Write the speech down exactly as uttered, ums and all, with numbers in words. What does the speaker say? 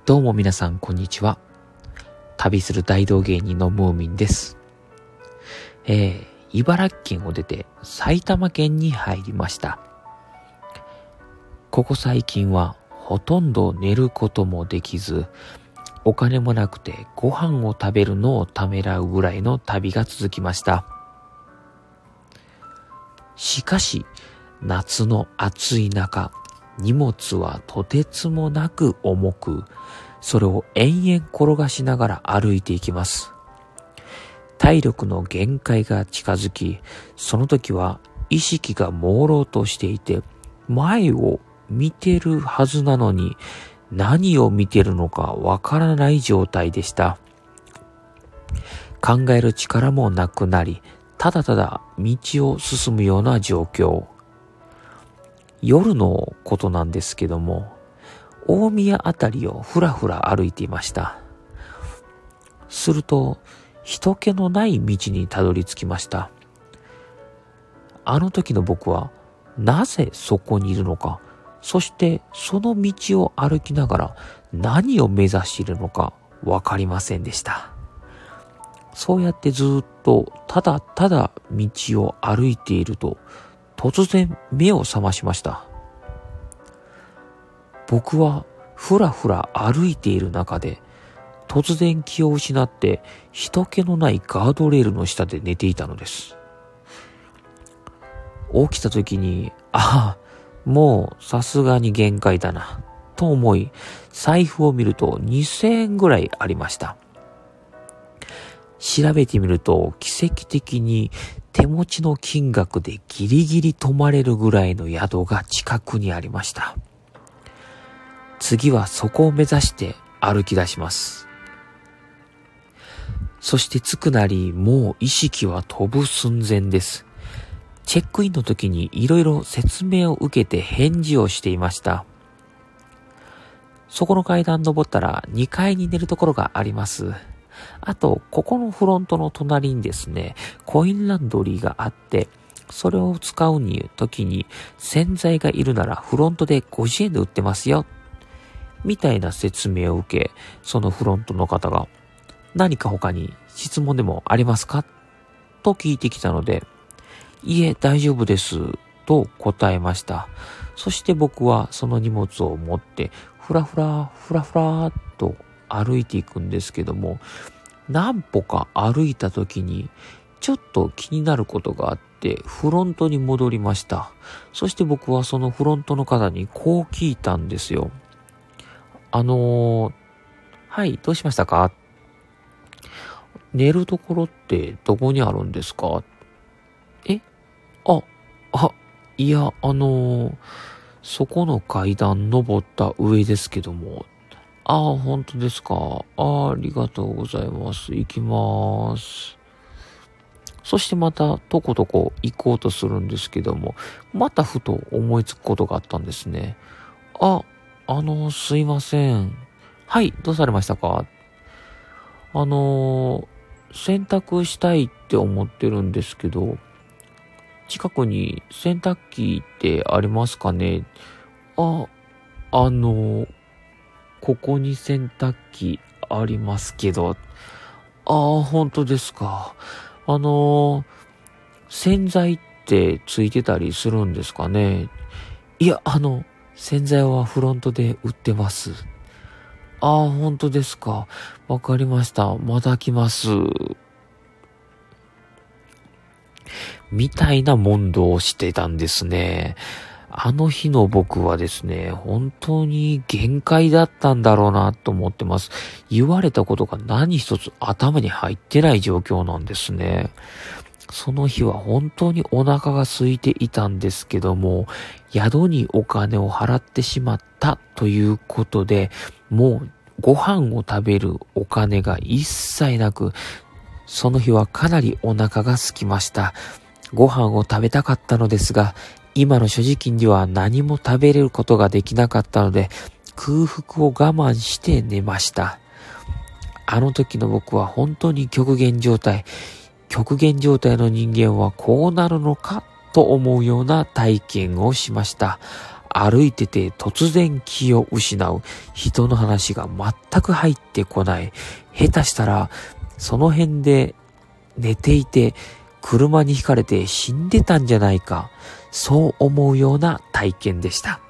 どうも皆さんこんにちは。旅する大道芸人のムーミンです。えー、茨城県を出て埼玉県に入りました。ここ最近はほとんど寝ることもできず、お金もなくてご飯を食べるのをためらうぐらいの旅が続きました。しかし、夏の暑い中、荷物はとてつもなく重く、それを延々転がしながら歩いていきます。体力の限界が近づき、その時は意識が朦朧としていて、前を見てるはずなのに、何を見てるのかわからない状態でした。考える力もなくなり、ただただ道を進むような状況。夜のことなんですけども、大宮あたりをふらふら歩いていました。すると、人気のない道にたどり着きました。あの時の僕は、なぜそこにいるのか、そしてその道を歩きながら何を目指しているのかわかりませんでした。そうやってずっとただただ道を歩いていると、突然目を覚ましました。僕はふらふら歩いている中で、突然気を失って人気のないガードレールの下で寝ていたのです。起きた時に、ああ、もうさすがに限界だな、と思い、財布を見るとにせんえんぐらいありました。調べてみると、奇跡的に手持ちの金額でギリギリ泊まれるぐらいの宿が近くにありました。次はそこを目指して歩き出します。そして着くなり、もう意識は飛ぶ寸前です。チェックインの時にいろいろ説明を受けて返事をしていました。そこの階段登ったらにかいに寝るところがあります。あと、ここのフロントの隣にですね、コインランドリーがあって、それを使うに時に洗剤がいるならフロントでごじゅうえんで売ってますよ、みたいな説明を受け、そのフロントの方が、何か他に質問でもありますかと聞いてきたので、いえ大丈夫ですと答えました。そして僕はその荷物を持ってふらふらふらふらと歩いていくんですけども、何歩か歩いた時にちょっと気になることがあってフロントに戻りました。そして僕はそのフロントの方にこう聞いたんですよ。あのー、はいどうしましたか？寝るところってどこにあるんですか？えあ、あ、いや、あのー、そこの階段登った上ですけども。ああ、本当ですか。ああ、ありがとうございます。行きまーす。そしてまた、とことこ行こうとするんですけども、またふと思いつくことがあったんですね。あ、あのー、すいません。はい、どうされましたか？あのー、洗濯したいって思ってるんですけど、近くに洗濯機ってありますかね？あ、あのー、ここに洗濯機ありますけど、ああ、本当ですか。あのー、洗剤ってついてたりするんですかね？いや、あの、洗剤はフロントで売ってます。ああ、本当ですか。わかりました。また来ます。みたいな問答をしてたんですね。あの日の僕はですね、本当に限界だったんだろうなと思ってます。言われたことが何一つ頭に入ってない状況なんですね。その日は本当にお腹が空いていたんですけども、宿にお金を払ってしまったということで、もうご飯を食べるお金が一切なく、その日はかなりお腹が空きました。ご飯を食べたかったのですが、今の所持金では何も食べれることができなかったので、空腹を我慢して寝ました。あの時の僕は本当に極限状態、極限状態の人間はこうなるのかと思うような体験をしました。 歩いてて突然気を失う人の話が全く入ってこない。下手したらその辺で寝ていて車にひかれて死んでたんじゃないか、そう思うような体験でした。